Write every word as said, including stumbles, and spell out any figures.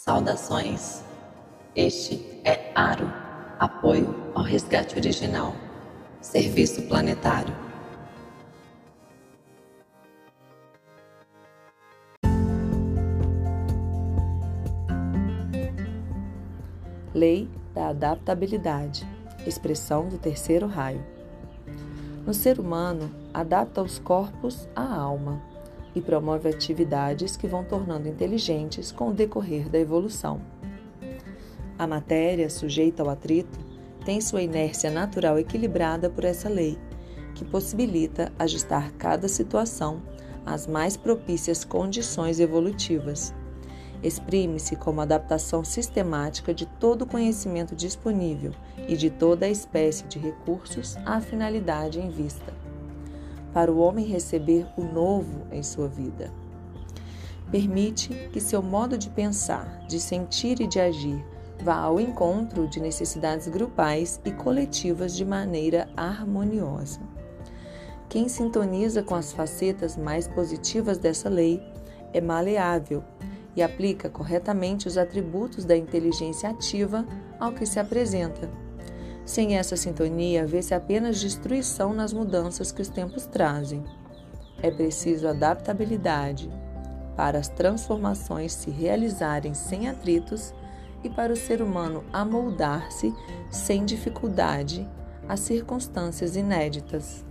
Saudações! Este é Aro, apoio ao resgate original, serviço planetário. Lei da adaptabilidade, expressão do terceiro raio. No ser humano, adapta os corpos à alma e promove atividades que vão tornando inteligentes com o decorrer da evolução. A matéria, sujeita ao atrito, tem sua inércia natural equilibrada por essa lei, que possibilita ajustar cada situação às mais propícias condições evolutivas. Exprime-se como adaptação sistemática de todo o conhecimento disponível e de toda a espécie de recursos à finalidade em vista, para o homem receber o novo em sua vida. Permite que seu modo de pensar, de sentir e de agir vá ao encontro de necessidades grupais e coletivas de maneira harmoniosa. Quem sintoniza com as facetas mais positivas dessa lei é maleável e aplica corretamente os atributos da inteligência ativa ao que se apresenta. Sem essa sintonia, vê-se apenas destruição nas mudanças que os tempos trazem. É preciso adaptabilidade para as transformações se realizarem sem atritos e para o ser humano amoldar-se sem dificuldade às circunstâncias inéditas.